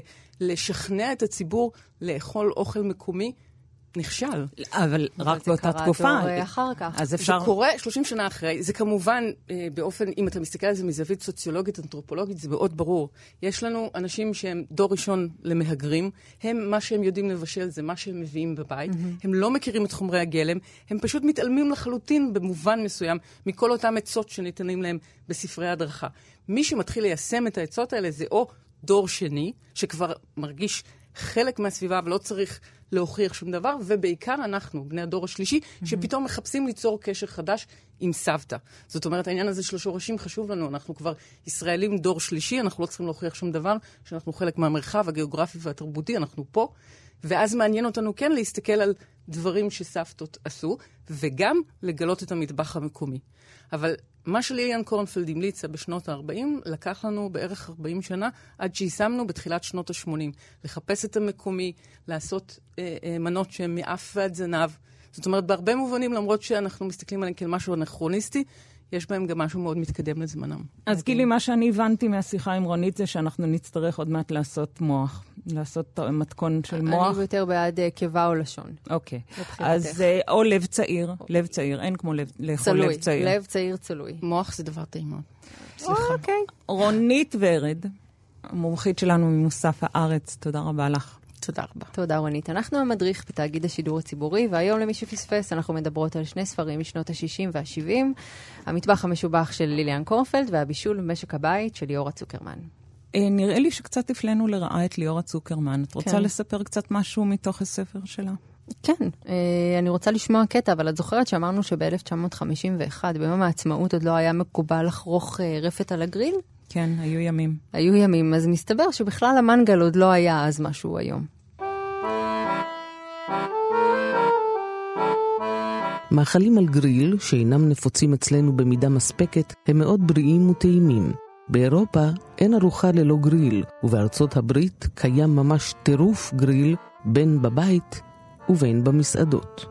לשכנע את הציבור לאכול אוכל מקומי, נכשל. אבל רק באותה תקופה. אבל זה קרה דור אחר כך. אז אפשר... זה קורה שלושים שנה אחרי. זה כמובן, אה, באופן, אם אתה מסתכל על זה מזווית סוציולוגית, אנתרופולוגית, זה מאוד ברור. יש לנו אנשים שהם דור ראשון למהגרים, הם, מה שהם יודעים לבשל, זה מה שהם מביאים בבית. Mm-hmm. הם לא מכירים את חומרי הגלם, הם פשוט מתעלמים לחלוטין במובן מסוים, מכל אותם עצות שניתנים להם בספרי הדרכה. מי שמתחיל ליישם את העצות האלה זה או דור שני, שכבר מרגיש חלק מהסביבה ולא צריך להוכיח שום דבר, ובעיקר אנחנו, בני הדור השלישי, mm-hmm. שפתאום מחפשים ליצור קשר חדש עם סבתא. זאת אומרת, העניין הזה של השורשים חשוב לנו. אנחנו כבר ישראלים דור שלישי, אנחנו לא צריכים להוכיח שום דבר, שאנחנו חלק מהמרחב הגיאוגרפי והתרבותי, אנחנו פה, ואז מעניין אותנו כן להסתכל על דברים שסבתות עשו, וגם לגלות את המטבח המקומי. אבל מה שליליאן קורנפלד המליצה בשנות ה-ארבעים, לקח לנו בערך ארבעים שנה, עד שיישמנו בתחילת שנות ה-שמונים. לחפש את המקומי, לעשות אה, אה, מנות שהן מאף ועד זנב. זאת אומרת, בהרבה מובנים, למרות שאנחנו מסתכלים עליהם כאל משהו אנכרוניסטי, יש בהם גם משהו מאוד מתקדם לזמנם. אז גילי, מה שאני הבנתי מהשיחה עם רונית זה שאנחנו נצטרך עוד מעט לעשות מוח. לעשות מתכון של מוח. אני יותר בעד קיבה או לשון. אוקיי. אז או לב צעיר, לב צעיר, אין כמו לאכול לב צעיר. לב צעיר צלוי. מוח זה דבר טעים מאוד. סליחה. אוקיי. רונית ורד, המומחית שלנו ממוסף הארץ, תודה רבה לך. תודה רבה. תודה רונית. אנחנו המדריך בתאגיד השידור הציבורי, והיום למי שפספס אנחנו מדברות על שני ספרים משנות ה-שישים וה-שבעים, המטבח המשובח של ליליאן קורנפלד והבישול במשק הבית של ליאורה צוקרמן. נראה לי שקצת הפלנו לרעה את ליאורה צוקרמן. את רוצה לספר קצת משהו מתוך הספר שלה? כן, אני רוצה לשמוע קטע, אבל את זוכרת שאמרנו שב-אלף תשע מאות חמישים ואחת, ביום העצמאות עוד לא היה מקובל לחרוך רפת על הגריל? כן, היו ימים. היו ימים, אז מסתבר שבכלל המנגל עוד לא היה אז משהו היום. מאכלים על גריל, שאינם נפוצים אצלנו במידה מספקת, הם מאוד בריאים וטעימים. באירופה אין ארוחה ללא גריל, ובארצות הברית קיים ממש טירוף גריל בין בבית ובין במסעדות.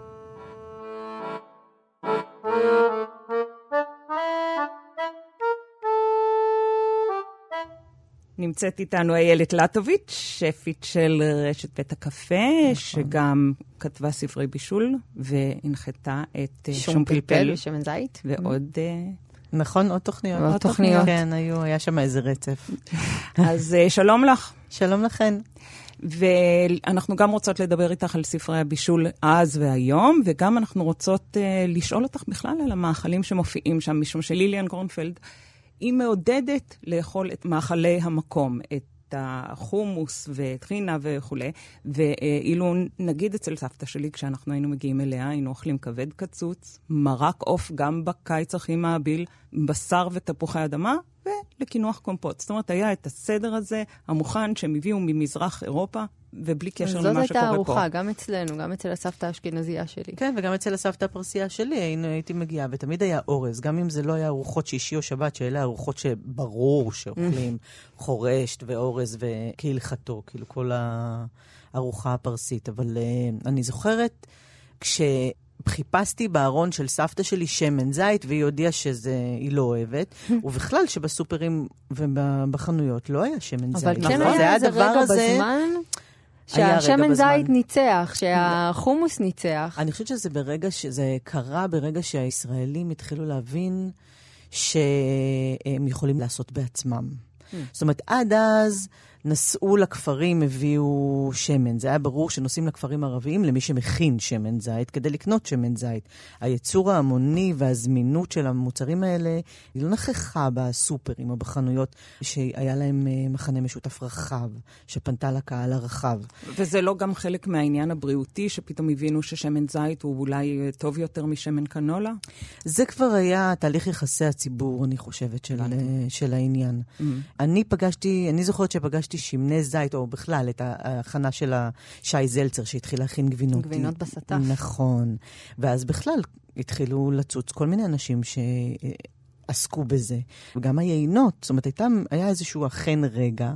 נמצאת איתנו איילת לטוביץ', שפית של רשת בית הקפה, נכון. שגם כתבה ספרי בישול, והנחתה את שום פלפל, שמן זית. ועוד... נכון, עוד תוכניות. עוד תוכניות. כן, היו, היה שם איזה רצף. אז שלום לך. שלום לכן. ואנחנו גם רוצות לדבר איתך על ספרי הבישול אז והיום, וגם אנחנו רוצות uh, לשאול אותך בכלל על המאכלים שמופיעים שם, משום שליליאן קורנפלד, היא מעודדת לאכול את מאכלי המקום, את החומוס וטחינה וכו'. ואילו נגיד אצל סבתא שלי, כשאנחנו היינו מגיעים אליה, היינו אוכלים כבד קצוץ, מרק עוף גם בקיץ הכי מעביל, בשר ותפוחי אדמה, ולקינוח קומפוט. זאת אומרת, היה את הסדר הזה, המוכן, שהם הביאו ממזרח אירופה, ובלי קשר למה שקורה פה. זאת הייתה ארוחה, גם אצלנו, גם אצל הסבתא האשכנזייה שלי. כן, וגם אצל הסבתא הפרסייה שלי היינו, הייתי מגיעה, ותמיד היה אורז, גם אם זה לא היה ארוחות שישי או שבת, שאלה ארוחות שברור שאוכלים חורשת ואורז וכהלכתו, כאילו כל הארוחה הפרסית. אבל uh, אני זוכרת, כשחיפשתי בארון של סבתא שלי שמן זית, והיא הודיעה שהיא לא אוהבת, ובכלל שבסופרים ובחנויות לא היה שמן זית. אבל כן היה איזה רגע בזמן... שהשמן זית ניצח, שהחומוס ניצח. אני חושבת שזה ברגע, שזה קרה ברגע שהישראלים התחילו להבין שהם יכולים לעשות בעצמם. זאת אומרת, עד אז נסעו לכפרים, הביאו שמן. זה היה ברור שנוסעים לכפרים ערביים למי שמכין שמן זית, כדי לקנות שמן זית. היצור ההמוני והזמינות של המוצרים האלה, היא לא נכחה בסופרים או בחנויות, שהיה להם מחנה משותף רחב, שפנתה לקהל הרחב. וזה לא גם חלק מהעניין הבריאותי, שפתאום הבינו ששמן זית הוא אולי טוב יותר משמן קנולה? זה כבר היה תהליך יחסי הציבור, אני חושבת, של, של העניין. Mm-hmm. אני פגשתי, אני זוכרת שפגשתי שמני זית, או בכלל, את ההכנה של שי זלצר, שהתחיל להכין גבינות. גבינות בסטף. נכון. ואז בכלל התחילו לצוץ כל מיני אנשים שעסקו בזה. וגם היינות, זאת אומרת, הייתה, היה איזשהו אכן רגע,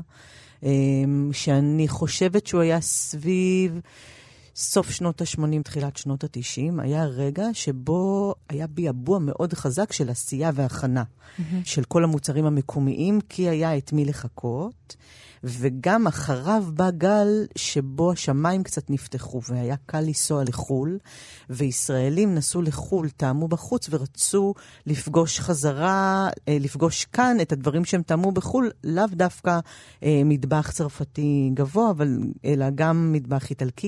שאני חושבת שהוא היה סביב סוף שנות ה-שמונים, תחילת שנות ה-תשעים, היה רגע שבו היה ביאבוע מאוד חזק של עשייה והכנה mm-hmm. של כל המוצרים המקומיים, כי היה את מי לחכות, וגם אחריו בא גל שבו השמיים קצת נפתחו, והיה קל לנסוע לחול, וישראלים נסעו לחול, טעמו בחוץ, ורצו לפגוש חזרה, לפגוש כאן את הדברים שהם טעמו בחול, לאו דווקא אה, מטבח צרפתי גבוה, אבל אלא גם מטבח איטלקי.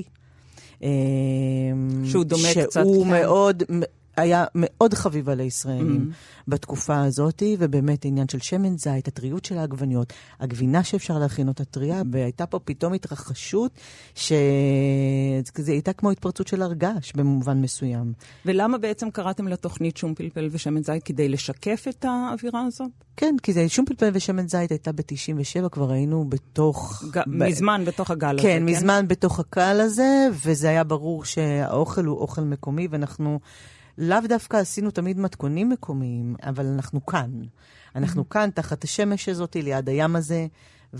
שהוא דומה קצת. שהוא מאוד, היה מאוד חביב על הישראלים mm-hmm. בתקופה הזאת, ובאמת עניין של שמן זית, הטריות של העגבניות, הגבינה שאפשר להכין אותה טריה, והייתה פה פתאום התרחשות שזה הייתה כמו התפרצות של הרגש במובן מסוים. ולמה בעצם קראתם לתוכנית שום פלפל ושמן זית? כדי לשקף את האווירה הזאת? כן, כי זה שום פלפל ושמן זית הייתה ב-תשעים ושבע, כבר היינו בתוך... ג... מזמן בתוך הגל הזה. כן, מזמן כן? בתוך הקהל הזה, וזה היה ברור שהאוכל הוא אוכל מקומי, ואנחנו לאו דווקא עשינו תמיד מתכונים מקומיים, אבל אנחנו כאן. אנחנו mm-hmm. כאן תחת השמש הזאת, ליד הים הזה,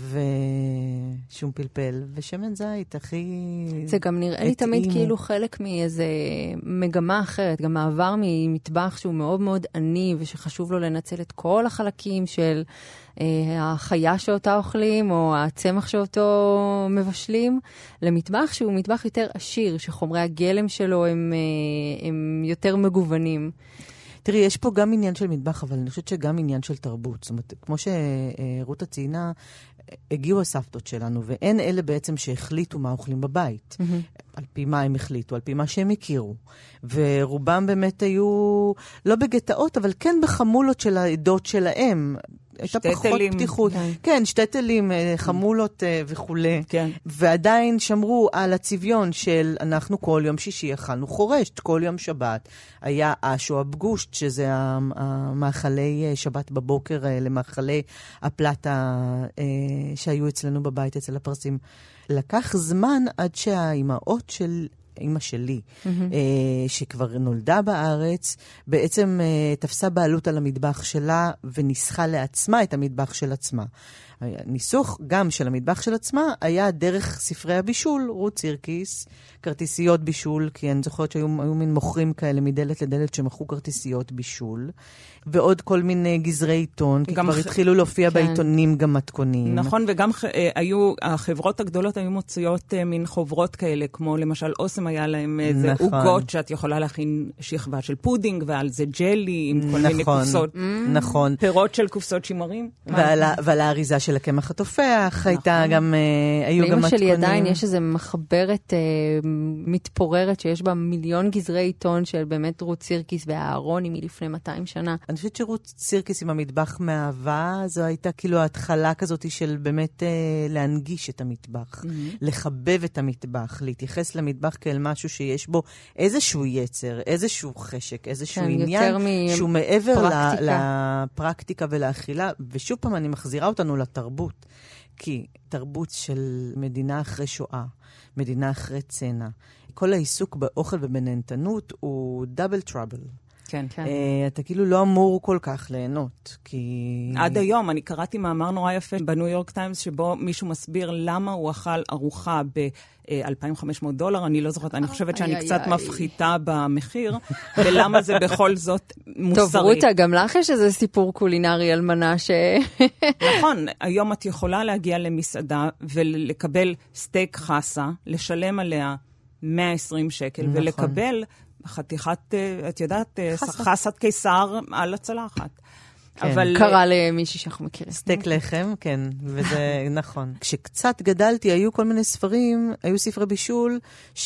ושום פלפל, ושמן זית, הכי... זה גם נראה לי תמיד כאילו חלק מאיזה מגמה אחרת, גם מעבר ממטבח שהוא מאוד מאוד עני, ושחשוב לו לנצל את כל החלקים של אה, החיה שאותה אוכלים, או הצמח שאותו מבשלים, למטבח שהוא מטבח יותר עשיר, שחומרי הגלם שלו הם, אה, הם יותר מגוונים. תראי, יש פה גם עניין של מטבח, אבל אני חושבת שגם עניין של תרבות. זאת אומרת, כמו שרותה ציינה, הגיעו הסבתות שלנו, ואין אלה בעצם שהחליטו מה אוכלים בבית. Mm-hmm. על פי מה הם החליטו, על פי מה שהם הכירו. ורובם באמת היו, לא בגטאות, אבל כן בחמולות של העדות שלהם. הייתה פחות פתיחות. כן, כן שטטלים, חמולות וכו'. כן. ועדיין שמרו על הצביון של אנחנו כל יום שישי אכלנו חורשת, כל יום שבת. היה אש או הבגושט, שזה המאכלי שבת בבוקר, למאכלי הפלטה שהיו אצלנו בבית, אצל הפרסים. לקח זמן עד שהאימהות של אמא שלי, mm-hmm. אה, שכבר נולדה בארץ, בעצם אה, תפסה בעלות על המטבח שלה וניסחה לעצמה את המטבח של עצמה. הניסוח גם של המטבח של עצמה היה דרך ספרי הבישול, רות סירקיס, כרטיסיות בישול, כי אני זוכרת שהיו היו מין מוכרים כאלה מדלת לדלת שמכרו כרטיסיות בישול, ועוד כל מיני גזרי עיתון, כי כבר ח... התחילו להופיע כן. בעיתונים גם מתכונים. נכון, וגם ח... היו, החברות הגדולות היו מוציאות מין חוברות כאלה, כמו למשל אוסם היה להם איזה נכון. עוגות שאת יכולה להכין שכבה של פודינג, ועל זה ג'לי עם כל מיני נכון, קופסות. נכון. פירות של קופסות שימרים. ועל ה- ועל האריזה של הקמח התופח הייתה גם, אה, היו גם לאמא שלי מתכונים. עדיין יש איזו מחברת אה, מתפוררת שיש בה מיליון גזרי עיתון של באמת רות סירקיס והאהרון היא מלפני מאתיים שנה. אני חושבת שרות סירקיס עם המטבח מאהבה, זו הייתה כאילו ההתחלה כזאת של באמת אה, להנגיש את המטבח, mm-hmm. לחבב את המטבח, להתייחס למטבח כאל משהו שיש בו איזשהו יצר, איזשהו חשק, איזשהו כן, עניין שהוא מעבר פרקטיקה. ל- לפרקטיקה ולאכילה. ושוב פעם אני מחזירה אותנו לתרבות, כי תרבות של מדינה אחרי שואה, מדינה אחרי צנע, כל העיסוק באוכל ובנהנתנות הוא דאבל טראבל. כן. כן. Uh, אתה כאילו לא אמור כל כך ליהנות, כי... עד היום, אני קראתי מאמר נורא יפה בניו יורק טיימס, שבו מישהו מסביר למה הוא אכל ארוחה ב-אלפיים וחמש מאות דולר, אני לא זוכרת, אני חושבת שאני איי, קצת איי. מפחיתה במחיר, ולמה זה בכל זאת מוסרי. טוב, רותה, גם לך יש איזה סיפור קולינרי על מנה ש... נכון, היום את יכולה להגיע למסעדה ולקבל סטייק חסה, לשלם עליה מאה ועשרים שקל, נכון. ולקבל חתיכת, את יודעת, חסת קיסר על הצלחת. כן. אבל... קרה למישהי שאנחנו מכירים. סטייק לחם, כן, וזה נכון. כשקצת גדלתי, היו כל מיני ספרים, היו ספרי בישול,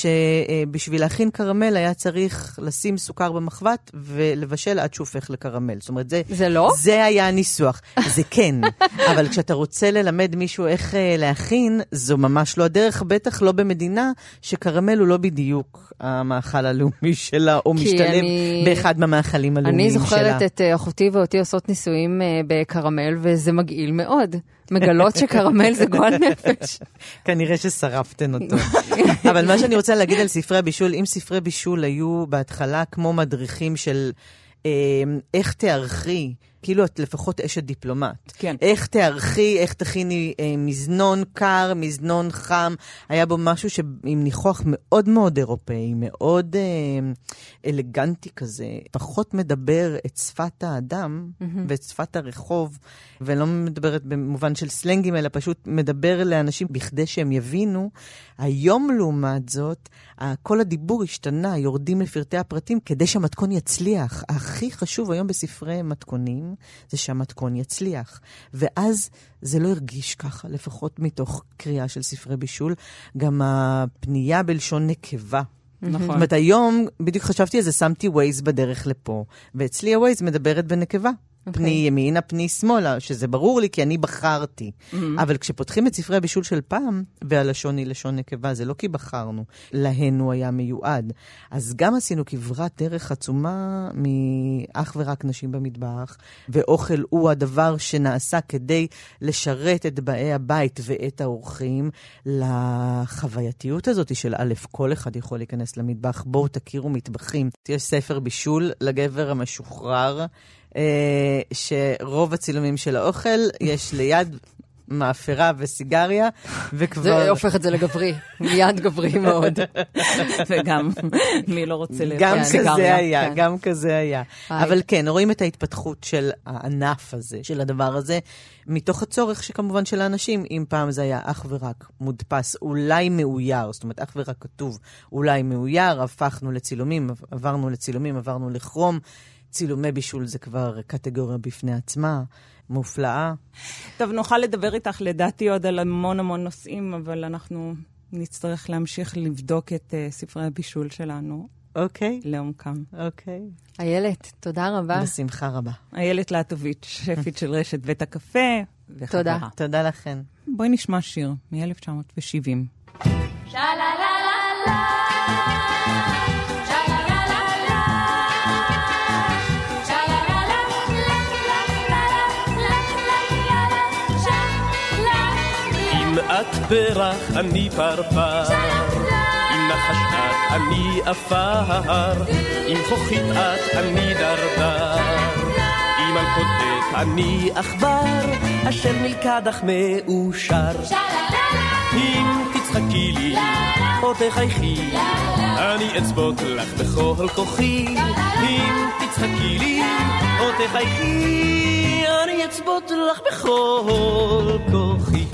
שבשביל להכין קרמל היה צריך לשים סוכר במחבת ולבשל עד שהוא הופך לקרמל. זאת אומרת, זה... זה לא? זה היה הניסוח. זה כן, אבל כשאתה רוצה ללמד מישהו איך להכין, זו ממש לא הדרך, בטח לא במדינה שקרמל הוא לא בדיוק המאכל הלאומי שלה, או משתלב אני... באחד מהמאכלים הלאומיים אני שלה. זוכרת את אחותי ואותי עושות ניסויים בקרמל, וזה מגעיל מאוד. מגלות שקרמל זה גועל נפש. כנראה ששרפתן אותו. אבל מה שאני רוצה להגיד על ספרי הבישול, אם ספרי בישול היו בהתחלה כמו מדריכים של אה, איך תערכי, כאילו את לפחות אשת דיפלומט. כן. איך תערכי, איך תכיני אה, מזנון קר, מזנון חם. היה בו משהו עם ניחוח מאוד מאוד אירופאי, מאוד אה, אלגנטי כזה. פחות מדבר את שפת האדם mm-hmm. ואת שפת הרחוב, ולא מדברת במובן של סלנגים, אלא פשוט מדבר לאנשים בכדי שהם יבינו. היום לעומת זאת, כל הדיבור השתנה, יורדים לפרטי הפרטים כדי שהמתכון יצליח. הכי חשוב היום בספרי מתכונים, זה שהמתכון יצליח. ואז זה לא הרגיש ככה, לפחות מתוך קריאה של ספרי בישול. גם הפנייה בלשון נקבה. נכון. זאת אומרת, היום, בדיוק חשבתי על זה, שמתי ווייז בדרך לפה, ואצלי הווייז מדברת בנקבה. Okay. פני ימינה, פני שמאלה, שזה ברור לי כי אני בחרתי. Mm-hmm. אבל כשפותחים את ספרי הבישול של פעם, והלשון היא לשון נקבה, זה לא כי בחרנו, להן הוא היה מיועד. אז גם עשינו כברת דרך עצומה מאך ורק נשים במטבח, ואוכל הוא הדבר שנעשה כדי לשרת את באי הבית ואת האורחים לחווייתיות הזאת של א', כל אחד יכול להיכנס למטבח, בואו תכירו מטבחים. יש ספר בישול לגבר המשוחרר, שרוב הצילומים של האוכל יש ליד מאפרה וסיגריה, וכבר... זה הופך את זה לגברי, מיד גברי מאוד. וגם, מי לא רוצה גם סיגריה. כזה היה, גם כזה היה. אבל כן, רואים את ההתפתחות של הענף הזה, של הדבר הזה, מתוך הצורך שכמובן של האנשים, אם פעם זה היה אך ורק מודפס, אולי מאויר, זאת אומרת, אך ורק כתוב, אולי מאויר, הפכנו לצילומים, עברנו לצילומים, עברנו לכרום, צילומי בישול זה כבר קטגוריה בפני עצמה, מופלאה. טוב, נוכל לדבר איתך לדעתי עוד על המון המון נושאים, אבל אנחנו נצטרך להמשיך לבדוק את uh, ספרי הבישול שלנו. אוקיי. Okay. לעומקם. אוקיי. Okay. איילת, תודה רבה. בשמחה רבה. איילת להטוביץ', שפית של רשת בית הקפה. וחברה. תודה. תודה לכן. בואי נשמע שיר מ-אלף תשע מאות שבעים. את פרח, אני פרפר, אם נחש את, אני אפר, אם חוכית את, אני דרדר, אם אלכודת, אני עכבר, אשר נלכדך מאושר. אם תצחקי לי, או תחייכי, אני אצבות לך בכל כוחי. אם תצחקי לי, או תחייכי, אני אצבות לך בכל כוחי.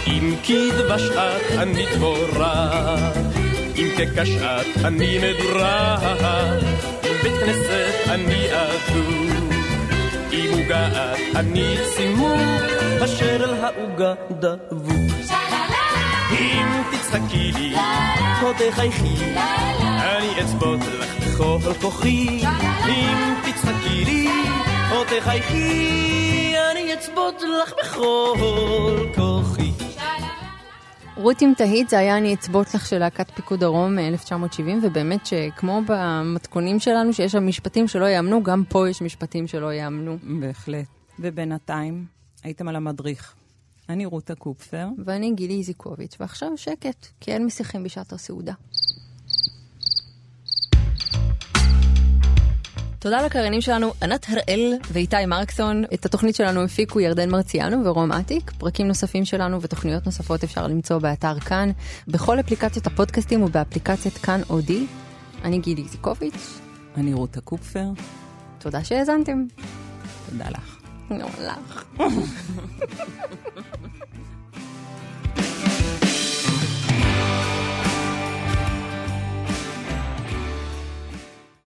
אם כדבש את אני דבורה, אם כקש את אני מדורה, אם בית כנסת אני אדום, אם עוגה את אני צימוק, אשר אל העוגה דבוק. אם תצחקי לי, או תחייכי, אני אצבות לך בכל כוחי. אם תצחקי לי, או תחייכי, אני אצבות לך בכל כוחי. רות אם תהית, זה היה אני אצבות לך של להקת פיקוד דרום מ-אלף תשע מאות שבעים, ובאמת שכמו במתכונים שלנו שיש שם משפטים שלא יאמנו, גם פה יש משפטים שלא יאמנו. בהחלט. ובינתיים הייתם על המדריך. אני רותה קופפר. ואני גילי איזיקוביץ', ועכשיו שקט, כי אין משיחים בשעת הסעודה. תודה לקריינים שלנו, ענת הראל ואיתי מרקסון. את התוכנית שלנו הפיקו ירדן מרציאנו ורום עתיק. פרקים נוספים שלנו ותוכניות נוספות אפשר למצוא באתר כאן, בכל אפליקציות הפודקאסטים ובאפליקציית כאן אודי. אני גילי איזיקוביץ'. אני רותה קופפר. תודה שהאזנתם. תודה לך. לא לך.